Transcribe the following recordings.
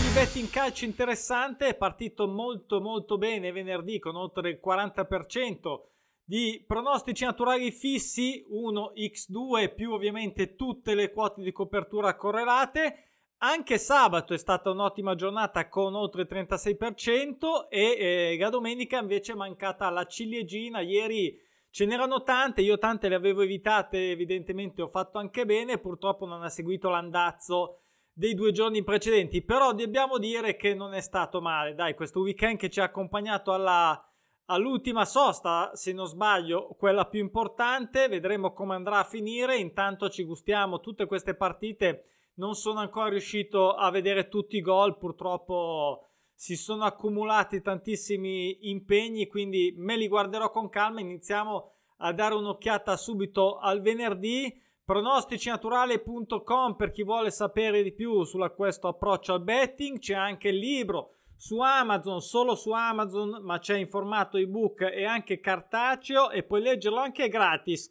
di betting calcio interessante, è partito molto molto bene venerdì con oltre il 40% di pronostici naturali fissi, 1x2 più ovviamente tutte le quote di copertura correlate. Anche sabato è stata un'ottima giornata con oltre il 36% e la domenica invece è mancata la ciliegina. Ieri ce n'erano tante, io tante le avevo evitate, evidentemente ho fatto anche bene, purtroppo non ha seguito l'andazzo dei 2 giorni precedenti, però dobbiamo dire che non è stato male, dai, questo weekend che ci ha accompagnato all'ultima sosta, se non sbaglio, quella più importante. Vedremo come andrà a finire, intanto ci gustiamo tutte queste partite. Non sono ancora riuscito a vedere tutti i gol, purtroppo si sono accumulati tantissimi impegni, quindi me li guarderò con calma. Iniziamo a dare un'occhiata subito al venerdì. Pronosticinaturale.com per chi vuole sapere di più su questo approccio al betting. C'è anche il libro su Amazon, solo su Amazon, ma c'è in formato ebook e anche cartaceo, e puoi leggerlo anche gratis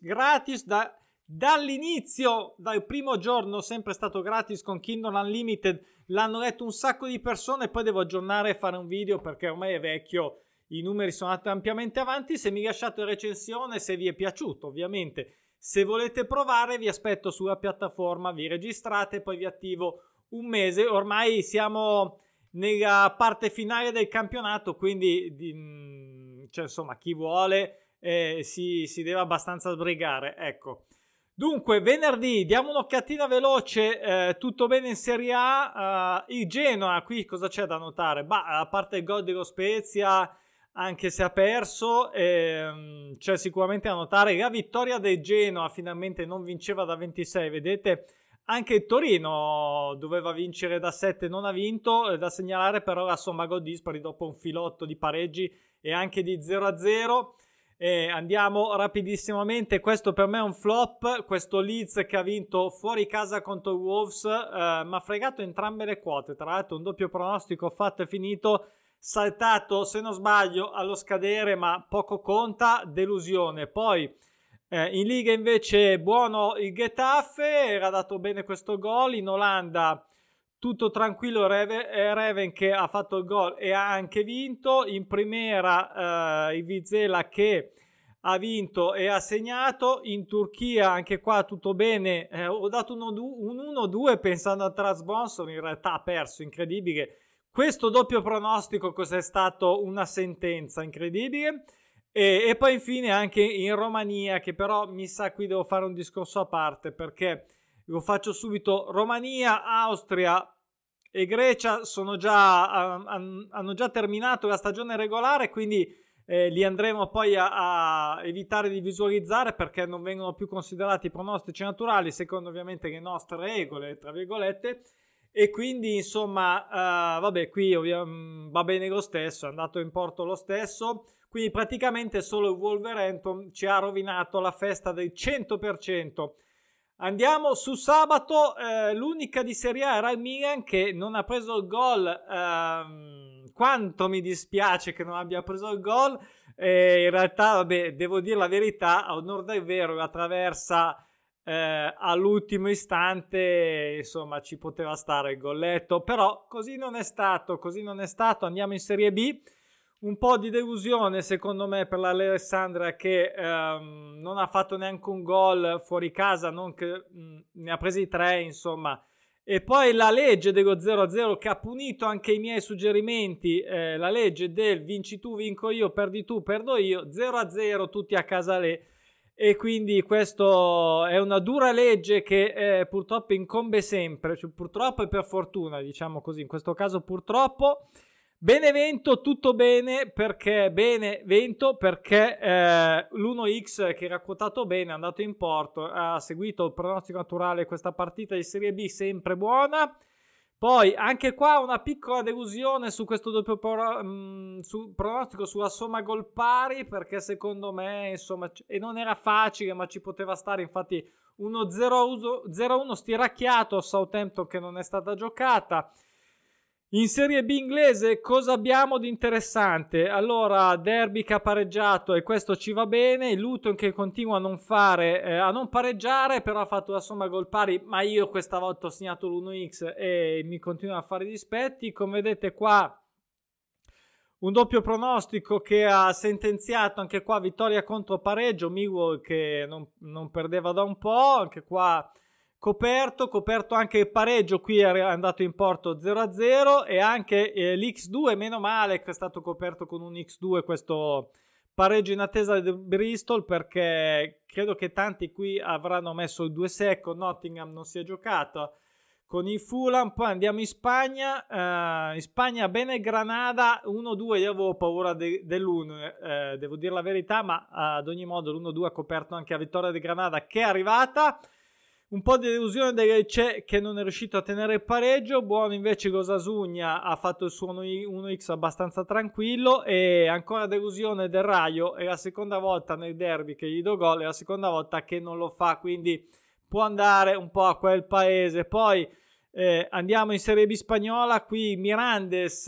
dall'inizio, dal primo giorno, sempre stato gratis con Kindle Unlimited. L'hanno letto un sacco di persone, poi devo aggiornare e fare un video perché ormai è vecchio, i numeri sono andati ampiamente avanti. Se mi lasciate recensione, se vi è piaciuto ovviamente, se volete provare vi aspetto sulla piattaforma, vi registrate, poi vi attivo un mese. Ormai siamo nella parte finale del campionato, quindi cioè, insomma, chi vuole si deve abbastanza sbrigare, ecco. Dunque, venerdì diamo un'occhiatina veloce, tutto bene in Serie A. Il Genoa, qui cosa c'è da notare? A parte il gol dello Spezia, anche se ha perso, c'è sicuramente da notare la vittoria del Genoa, finalmente non vinceva da 26, vedete? Anche il Torino doveva vincere da 7, non ha vinto. È da segnalare però la somma gol dispari dopo un filotto di pareggi e anche di 0-0. Andiamo rapidissimamente, questo per me è un flop, questo Leeds che ha vinto fuori casa contro il Wolves, mi ha fregato entrambe le quote, tra l'altro un doppio pronostico fatto e finito, saltato se non sbaglio allo scadere, ma poco conta, delusione. Poi in Liga invece buono il Getafe, era dato bene questo gol. In Olanda tutto tranquillo, Reven che ha fatto il gol e ha anche vinto. In Primera il Vizela che ha vinto e ha segnato. In Turchia anche qua tutto bene, ho dato un 1-2 pensando a Trabzonspor, in realtà ha perso, incredibile. Questo doppio pronostico cos'è stato? Una sentenza incredibile. E poi infine anche in Romania, che però mi sa qui devo fare un discorso a parte perché lo faccio subito. Romania, Austria e Grecia hanno già terminato la stagione regolare, quindi li andremo poi a evitare di visualizzare perché non vengono più considerati pronostici naturali secondo ovviamente le nostre regole, tra virgolette, e quindi insomma vabbè, qui va bene lo stesso, è andato in porto lo stesso, quindi praticamente solo il Wolverhampton ci ha rovinato la festa del 100%. Andiamo su sabato, l'unica di Serie A era il Milan che non ha preso il gol. Quanto mi dispiace che non abbia preso il gol. In realtà, vabbè, devo dire la verità, a onor del vero, la traversa all'ultimo istante, insomma, ci poteva stare il golletto, però così non è stato. Andiamo in Serie B. Un po' di delusione secondo me per l'Alessandria che non ha fatto neanche un gol fuori casa, non che ne ha presi 3 insomma. E poi la legge dello 0-0 che ha punito anche i miei suggerimenti, la legge del vinci tu, vinco io, perdi tu, perdo io, 0-0 tutti a casa lì. E quindi questo è una dura legge che purtroppo incombe sempre, cioè, purtroppo e per fortuna, diciamo così, in questo caso purtroppo. Benevento tutto bene perché l'1x che era quotato bene è andato in porto, ha seguito il pronostico naturale, questa partita di Serie B sempre buona. Poi anche qua una piccola delusione su questo doppio pronostico sulla somma gol pari, perché secondo me insomma, e non era facile ma ci poteva stare, infatti uno 0-1 stiracchiato a Southampton che non è stata giocata. In Serie B inglese cosa abbiamo di interessante? Allora, Derby che ha pareggiato e questo ci va bene, il Luton che continua a non pareggiare, però ha fatto la somma gol pari, ma io questa volta ho segnato l'1x e mi continua a fare i dispetti. Come vedete qua un doppio pronostico che ha sentenziato anche qua vittoria contro pareggio, Millwall che non perdeva da un po', anche qua coperto anche il pareggio, qui è andato in porto 0-0 e anche l'X2, meno male che è stato coperto con un X2 questo pareggio in attesa del Bristol, perché credo che tanti qui avranno messo il 2 secco, Nottingham non si è giocato con il Fulham. Poi andiamo in Spagna, bene Granada 1-2, io avevo paura dell'1, devo dire la verità, ma ad ogni modo l'1-2 ha coperto anche la vittoria di Granada che è arrivata. Un po' di delusione del Lecce che non è riuscito a tenere il pareggio. Buono invece Osasuna ha fatto il suo 1x abbastanza tranquillo, e ancora delusione del Raio, è la seconda volta nel derby che gli do gol, è la seconda volta che non lo fa, quindi può andare un po' a quel paese. Poi andiamo in Serie B spagnola, qui Mirandes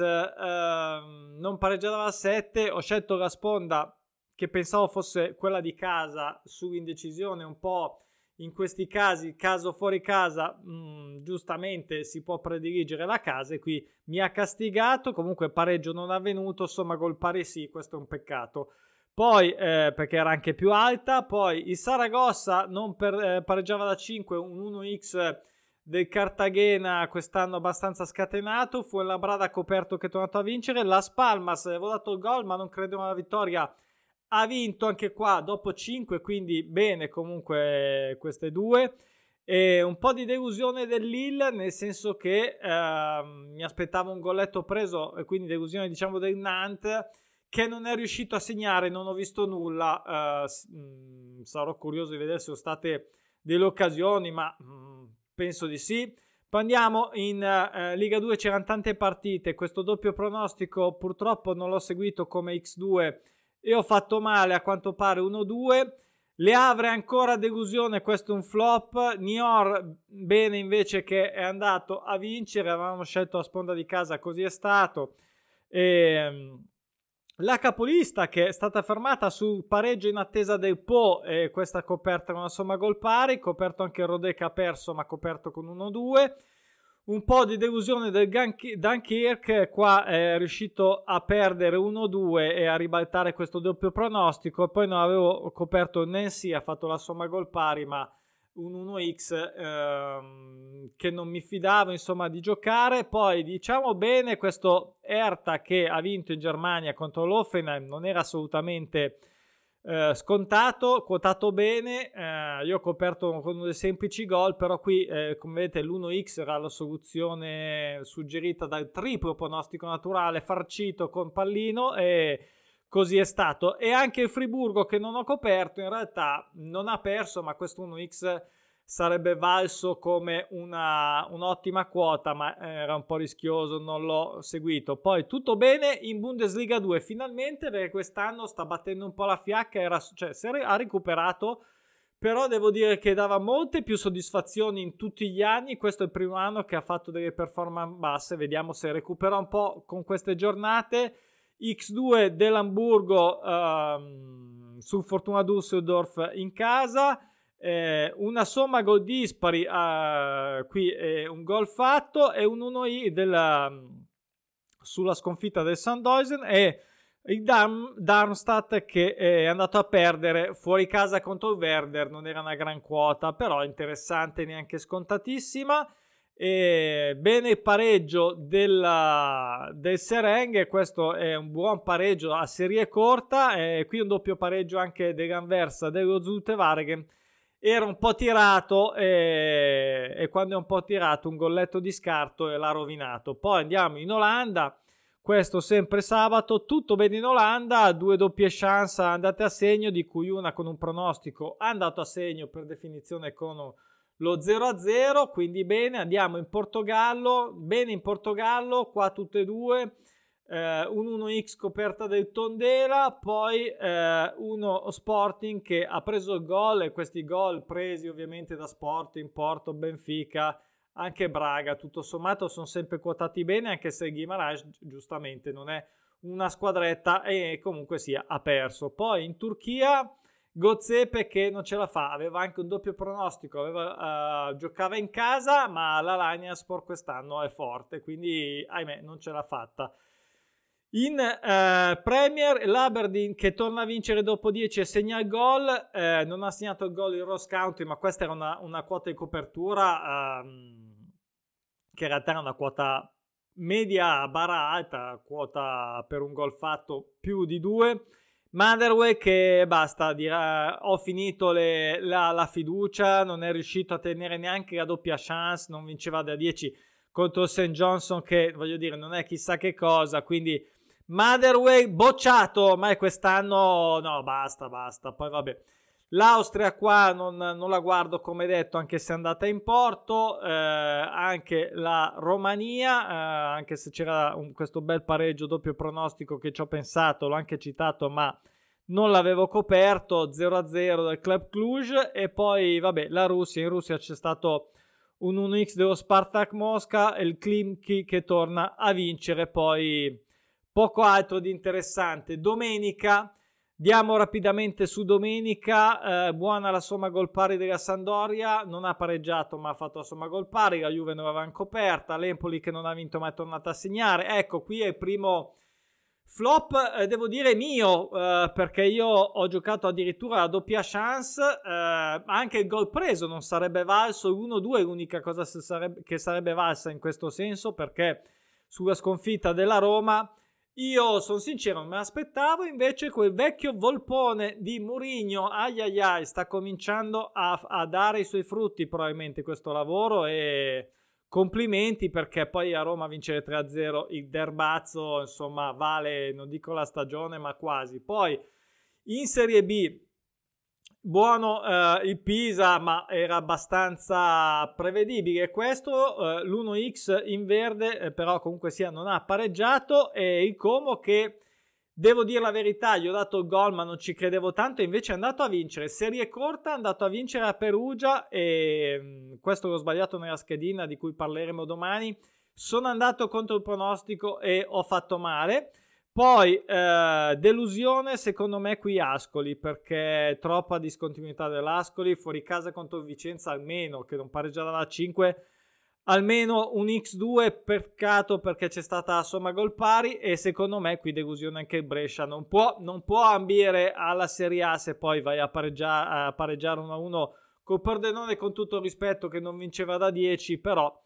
non pareggiava a 7, ho scelto la sponda che pensavo fosse quella di casa sull'indecisione. Un po' in questi casi, caso fuori casa, giustamente si può prediligere la casa, e qui mi ha castigato. Comunque pareggio non è avvenuto, insomma gol pari sì, questo è un peccato. Poi perché era anche più alta. Poi il Saragossa non pareggiava da 5, un 1x del Cartagena quest'anno abbastanza scatenato. Fuenlabrada coperto che è tornato a vincere. Las Palmas avevo dato il gol ma non credevo alla vittoria, ha vinto anche qua dopo 5, quindi bene comunque queste due. E un po' di delusione del Lille, nel senso che mi aspettavo un golletto preso, e quindi delusione diciamo del Nantes che non è riuscito a segnare. Non ho visto nulla, sarò curioso di vedere se sono state delle occasioni, ma penso di sì. Poi andiamo in Liga 2, c'erano tante partite, questo doppio pronostico purtroppo non l'ho seguito come X2 e ho fatto male, a quanto pare 1-2. Le Havre ancora delusione, questo è un flop. Niort bene invece che è andato a vincere, avevamo scelto la sponda di casa, così è stato. La capolista che è stata fermata sul pareggio in attesa del Po, e questa coperta con una somma gol pari, coperto anche il Rodé che ha perso ma coperto con 1-2. Un po' di delusione del Dunkirk, qua è riuscito a perdere 1-2 e a ribaltare questo doppio pronostico. Poi non avevo coperto Nancy, ha fatto la somma gol pari, ma un 1x che non mi fidavo insomma di giocare. Poi diciamo bene questo Hertha che ha vinto in Germania contro l'Hoffenheim, non era assolutamente scontato, quotato bene. Io ho coperto con dei semplici gol, però qui come vedete l'1x era la soluzione suggerita dal triplo pronostico naturale farcito con pallino, e così è stato. E anche il Friburgo che non ho coperto in realtà non ha perso, ma questo 1x sarebbe valso come un'ottima quota, ma era un po' rischioso, non l'ho seguito. Poi tutto bene in Bundesliga 2 finalmente, perché quest'anno sta battendo un po' la fiacca, ha recuperato, però devo dire che dava molte più soddisfazioni in tutti gli anni. Questo è il primo anno che ha fatto delle performance basse, vediamo se recupera un po' con queste giornate. X2 dell'Hamburgo sul Fortuna Düsseldorf in casa, una somma gol dispari, qui un gol fatto e un 1i sulla sconfitta del Sandhausen, e il Darmstadt che è andato a perdere fuori casa contro il Werder. Non era una gran quota, però interessante, neanche scontatissima. Bene il pareggio del Serenghe, questo è un buon pareggio a serie corta, qui un doppio pareggio anche dell'Anversa dello Zulte Waregem. Era un po' tirato, e quando è un po' tirato un golletto di scarto e l'ha rovinato. Poi andiamo in Olanda, questo sempre sabato, tutto bene in Olanda, 2 doppie chance andate a segno, di cui una con un pronostico andato a segno per definizione con lo 0-0, quindi bene. Andiamo in Portogallo, bene in Portogallo, qua tutte e due, un 1x coperta del Tondela, poi uno Sporting che ha preso il gol, e questi gol presi ovviamente da Sporting, Porto, Benfica, anche Braga, tutto sommato sono sempre quotati bene, anche se Guimarães giustamente non è una squadretta e comunque sia ha perso. Poi in Turchia Gozepe che non ce la fa, aveva anche un doppio pronostico, giocava in casa, ma l'Alanyaspor quest'anno è forte, quindi ahimè non ce l'ha fatta. In Premier l'Aberdeen che torna a vincere dopo 10 e segna il gol, non ha segnato il gol il Ross County, ma questa era una quota di copertura che in realtà era una quota media barra alta, quota per un gol fatto più di 2. Motherwell che basta, dirà ho finito la fiducia, non è riuscito a tenere neanche la doppia chance, non vinceva da 10 contro il St. Johnson che voglio dire non è chissà che cosa, quindi Motherwell bocciato, ma quest'anno no, basta, poi vabbè. L'Austria qua non la guardo come detto, anche se è andata in porto, anche la Romania, anche se c'era questo bel pareggio doppio pronostico che ci ho pensato, l'ho anche citato ma non l'avevo coperto, 0-0 del Club Cluj. E poi vabbè la Russia, in Russia c'è stato un 1x dello Spartak Mosca e il Khimki che torna a vincere, poi poco altro di interessante. Domenica, diamo rapidamente su domenica, buona la somma gol pari della Sampdoria, non ha pareggiato ma ha fatto la somma gol pari, la Juve non l'aveva coperta, l'Empoli che non ha vinto ma è tornata a segnare. Ecco, qui è il primo flop, devo dire mio, perché io ho giocato addirittura la doppia chance, anche il gol preso non sarebbe valso, l'1-2 è l'unica cosa che sarebbe valsa in questo senso, perché sulla sconfitta della Roma io sono sincero, non me l'aspettavo, invece quel vecchio volpone di Mourinho, sta cominciando a dare i suoi frutti probabilmente questo lavoro, e complimenti, perché poi a Roma vincere 3-0 il derbazzo, insomma, vale, non dico la stagione, ma quasi. Poi in Serie B buono il Pisa, ma era abbastanza prevedibile questo, l'1x in verde, però comunque sia non ha pareggiato, e il Como che devo dire la verità, gli ho dato il gol ma non ci credevo tanto, invece è andato a vincere, serie corta, è andato a vincere a Perugia, e questo l'ho sbagliato nella schedina di cui parleremo domani, sono andato contro il pronostico e ho fatto male. Poi delusione secondo me qui Ascoli, perché troppa discontinuità dell'Ascoli, fuori casa contro il Vicenza almeno che non pareggiava da 5, almeno un x2, peccato perché c'è stata la somma gol pari, e secondo me qui delusione anche il Brescia, non può ambire alla Serie A se poi vai a pareggiare 1-1 col Pordenone, con tutto il rispetto che non vinceva da 10, però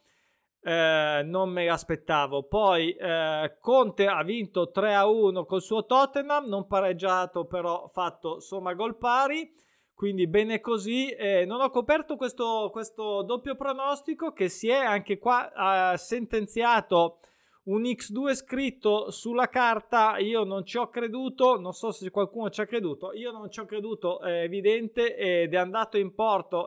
non me l'aspettavo. Poi Conte ha vinto 3-1 col suo Tottenham, non pareggiato però fatto somma gol pari, quindi bene così. Non ho coperto questo doppio pronostico che si è anche qua sentenziato un x2 scritto sulla carta. Io non ci ho creduto, non so se qualcuno ci ha creduto, io non ci ho creduto, è evidente, ed è andato in porto.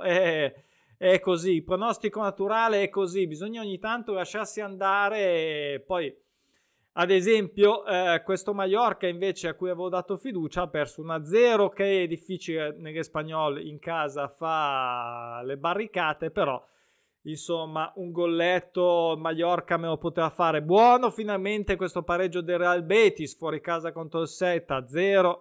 È così, il pronostico naturale è così, bisogna ogni tanto lasciarsi andare. Poi ad esempio questo Mallorca invece, a cui avevo dato fiducia, ha perso 1-0, che è difficile nell'Espagnol in casa fa le barricate, però insomma un golletto Mallorca me lo poteva fare. Buono finalmente questo pareggio del Real Betis fuori casa contro il Celta, 0-0,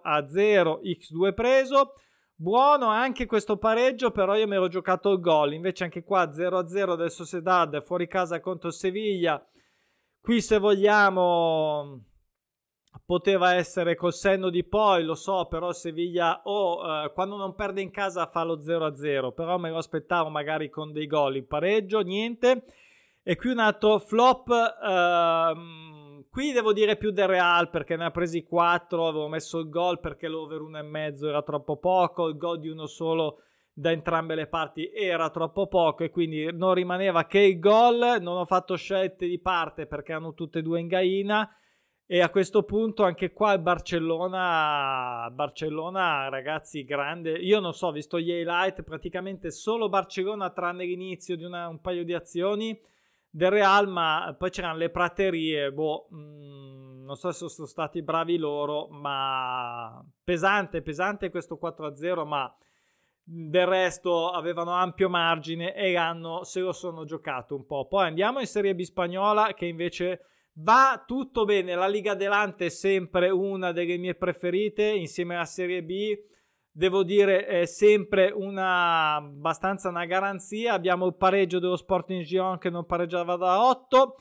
x2 preso. Buono anche questo pareggio, però io mi ero giocato il gol, invece anche qua 0-0 del Sociedad fuori casa contro il Sevilla. Qui se vogliamo poteva essere col senno di poi, lo so, però Sevilla quando non perde in casa fa lo 0-0, però me lo aspettavo magari con dei gol. Il pareggio, niente. E qui un altro flop, qui devo dire più del Real, perché ne ha presi 4, avevo messo il gol perché l'over 1,5 era troppo poco, il gol di uno solo da entrambe le parti era troppo poco, e quindi non rimaneva che il gol. Non ho fatto scelte di parte perché erano tutte e due in gaina, e a questo punto anche qua il Barcellona ragazzi grande, io non so, visto gli highlight, praticamente solo Barcellona tranne l'inizio di un paio di azioni del Real, ma poi c'erano le praterie, non so se sono stati bravi loro, ma pesante questo 4-0, ma del resto avevano ampio margine e se lo sono giocato un po'. Poi andiamo in Serie B spagnola, che invece va tutto bene. La Liga Adelante è sempre una delle mie preferite insieme alla Serie B. Devo dire è sempre abbastanza una garanzia. Abbiamo il pareggio dello Sporting Gijón che non pareggiava da 8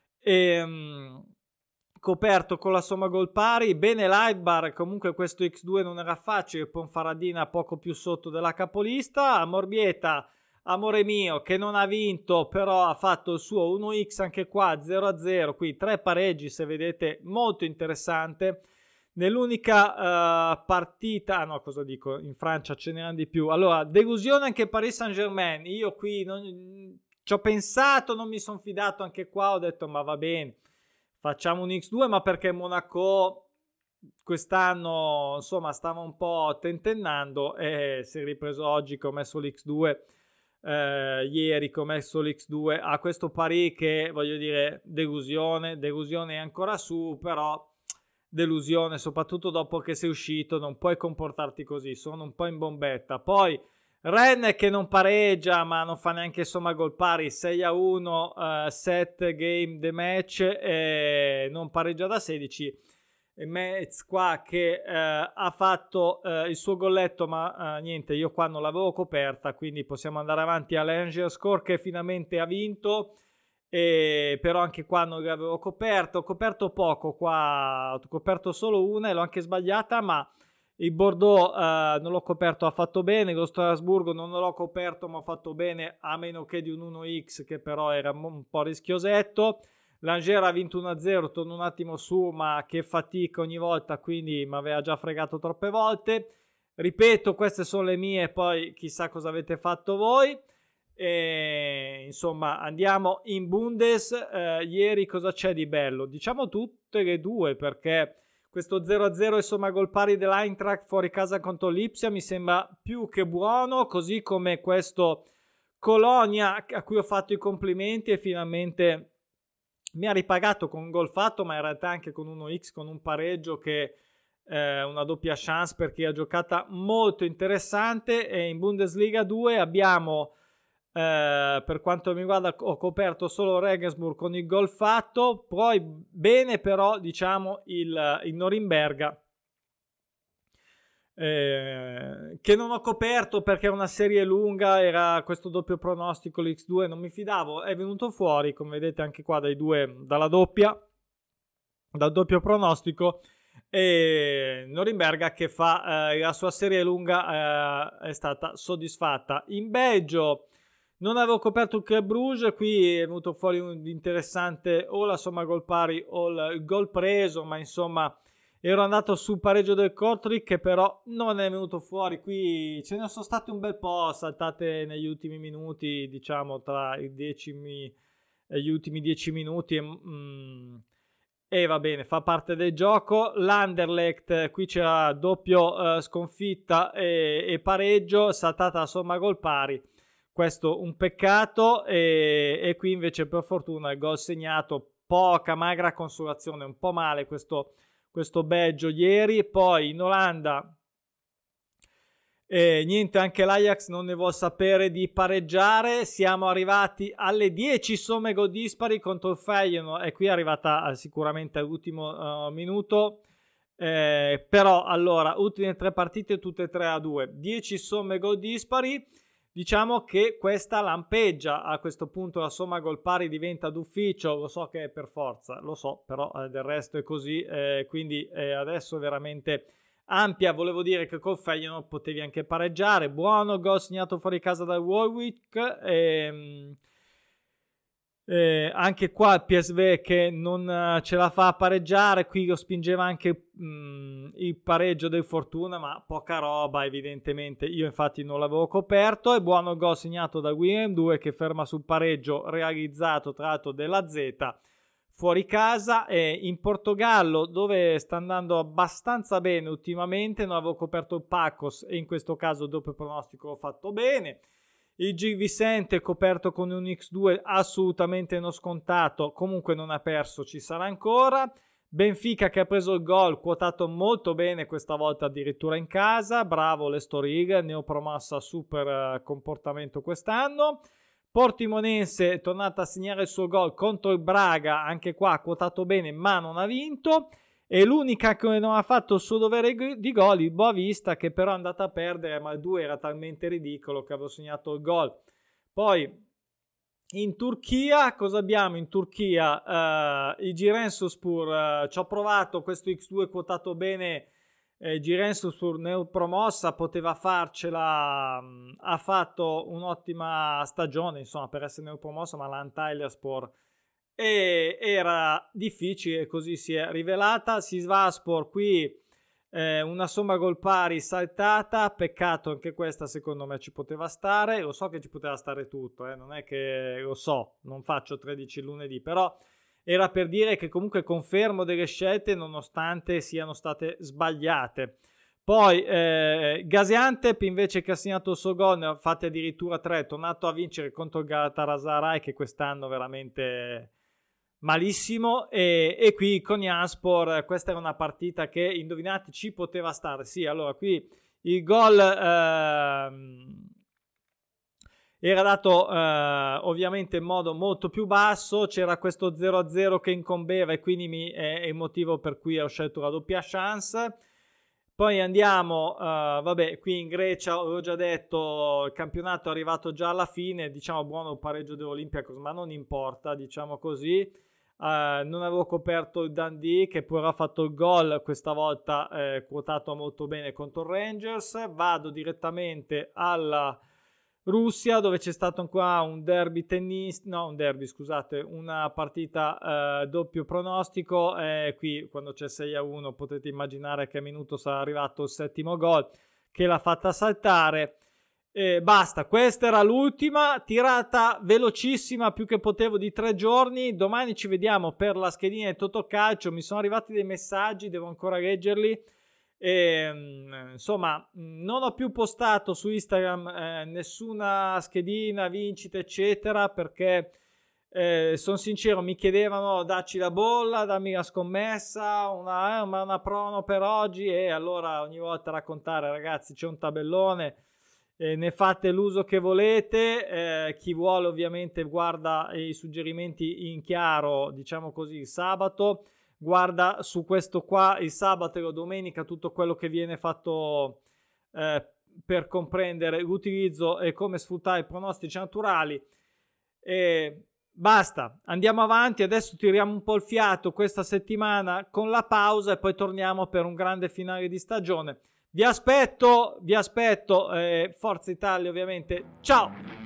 coperto con la somma gol pari. Bene l'Aidbar, comunque questo X2 non era facile. Ponfaradina poco più sotto della capolista. Morbieta, amore mio, che non ha vinto, però ha fatto il suo 1x anche qua 0-0, qui 3 pareggi, se vedete, molto interessante. Nell'unica partita, no, cosa dico, in Francia ce n'erano di più. Allora, delusione anche Paris Saint-Germain. Io qui ci ho pensato, non mi sono fidato anche qua, ho detto ma va bene, facciamo un X2, ma perché Monaco quest'anno insomma stava un po' tentennando e si è ripreso oggi che ho messo l'X2, ieri che ho messo l'X2 a questo pari che voglio dire delusione è ancora su, però delusione soprattutto dopo che sei uscito, non puoi comportarti così, sono un po' in bombetta. Poi Rennes che non pareggia ma non fa neanche somma gol pari, 6-1, 7 game the match, non pareggia da 16. Metz qua che ha fatto il suo golletto, ma niente, io qua non l'avevo coperta, quindi possiamo andare avanti all'Angers Score che finalmente ha vinto. Però anche qua non l'avevo coperto, ho coperto poco qua, ho coperto solo una e l'ho anche sbagliata, ma il Bordeaux non l'ho coperto, ha fatto bene. Lo Strasburgo non l'ho coperto ma ha fatto bene, a meno che di un 1x che però era un po' rischiosetto. L'Angers ha vinto 1-0, torno un attimo su, ma che fatica ogni volta, quindi mi aveva già fregato troppe volte. Ripeto, queste sono le mie, poi chissà cosa avete fatto voi. Insomma, andiamo in Bundes. Ieri cosa c'è di bello? Diciamo tutte e due, perché questo 0-0 insomma gol pari dell'Eintracht fuori casa contro l'Ipsia mi sembra più che buono, così come questo Colonia a cui ho fatto i complimenti e finalmente mi ha ripagato con un gol fatto, ma in realtà anche con 1x, con un pareggio che una doppia chance perché ha giocata molto interessante. E in Bundesliga 2 abbiamo per quanto mi riguarda ho coperto solo Regensburg con il gol fatto, poi bene però diciamo il Norimberga che non ho coperto perché era una serie lunga, era questo doppio pronostico, l'X2 non mi fidavo, è venuto fuori come vedete anche qua dal doppio pronostico. E Norimberga che fa la sua serie lunga è stata soddisfatta. In Belgio non avevo coperto il Club Brugge, qui è venuto fuori un interessante o la somma gol pari o il gol preso, ma insomma ero andato sul pareggio del Kortrijk che però non è venuto fuori. Qui ce ne sono state un bel po' saltate negli ultimi minuti, diciamo tra gli ultimi 10 minuti e va bene, fa parte del gioco. L'Anderlecht qui c'era doppio sconfitta e pareggio, saltata la somma gol pari, questo un peccato. E qui invece per fortuna il gol segnato, poca magra consolazione, un po' male questo Belgio ieri. Poi in Olanda niente, anche l'Ajax non ne vuol sapere di pareggiare. Siamo arrivati alle 10 somme gol dispari contro il Feyenoord e qui è arrivata sicuramente all'ultimo minuto, però allora ultime 3 partite tutte 3-2, 10 somme gol dispari. Diciamo che questa lampeggia, a questo punto la somma gol pari diventa d'ufficio, lo so che è per forza, lo so, però del resto è così, quindi adesso è veramente ampia. Volevo dire che col Feyenoord potevi anche pareggiare. Buono gol segnato fuori casa dal Warwick, anche qua il PSV che non ce la fa a pareggiare, qui lo spingeva anche il pareggio del Fortuna, ma poca roba evidentemente, io infatti non l'avevo coperto. E buono gol segnato da Willem 2 che ferma sul pareggio realizzato tra l'altro della Z fuori casa. E in Portogallo, dove sta andando abbastanza bene ultimamente, non avevo coperto il Pacos e in questo caso dopo pronostico ho fatto bene. Il Gil Vicente coperto con un X2 assolutamente non scontato, comunque non ha perso, ci sarà ancora. Benfica che ha preso il gol, quotato molto bene questa volta addirittura in casa, bravo l'Estoril, neopromossa, super comportamento quest'anno. Portimonense è tornata a segnare il suo gol contro il Braga, anche qua quotato bene ma non ha vinto. E l'unica che non ha fatto il suo dovere di gol, il Boavista, che però è andata a perdere, ma il 2 era talmente ridicolo che avevo segnato il gol. Poi in Turchia, cosa abbiamo in Turchia? Il Giresunspor, ci ho provato questo X2 quotato bene, Giresunspor neopromossa, poteva farcela, ha fatto un'ottima stagione insomma per essere neopromossa, ma l'Antalyaspor era difficile, così si è rivelata. Sivasspor qui una somma gol pari saltata, peccato anche questa, secondo me ci poteva stare, lo so che ci poteva stare tutto, non è che lo so, non faccio 13 lunedì, però era per dire che comunque confermo delle scelte nonostante siano state sbagliate. Poi Gaziantep invece, che ha segnato il suo gol, ne ha fatti addirittura 3, è tornato a vincere contro il Galatasaray, che quest'anno veramente malissimo, e qui con Konyaspor, questa era una partita che, indovinate, ci poteva stare. Sì, allora qui il gol era dato ovviamente in modo molto più basso, c'era questo 0-0 che incombeva e quindi è il motivo per cui ho scelto la doppia chance. Poi andiamo, vabbè, qui in Grecia, ho già detto, il campionato è arrivato già alla fine, diciamo buono il pareggio dell'Olympiacos, ma non importa, diciamo così. Non avevo coperto il Dundee, che pure ha fatto il gol questa volta, quotato molto bene contro il Rangers. Vado direttamente alla Russia, dove c'è stato ancora un derby una partita doppio pronostico. Qui quando c'è 6-1 potete immaginare che a minuto sarà arrivato il settimo gol che l'ha fatta saltare. Basta, questa era l'ultima tirata velocissima, più che potevo, di 3 giorni. Domani ci vediamo per la schedina di Totocalcio. Mi sono arrivati dei messaggi, devo ancora leggerli. Insomma, non ho più postato su Instagram nessuna schedina, vincita eccetera, perché sono sincero, mi chiedevano dacci la bolla, dammi la scommessa, una prono per oggi, e allora ogni volta raccontare, ragazzi, c'è un tabellone, ne fate l'uso che volete, chi vuole ovviamente guarda i suggerimenti in chiaro, diciamo così, il sabato, guarda su questo qua il sabato e la domenica tutto quello che viene fatto per comprendere l'utilizzo e come sfruttare i pronostici naturali. Basta, andiamo avanti, adesso tiriamo un po' il fiato questa settimana con la pausa e poi torniamo per un grande finale di stagione. Vi aspetto, Forza Italia ovviamente, ciao!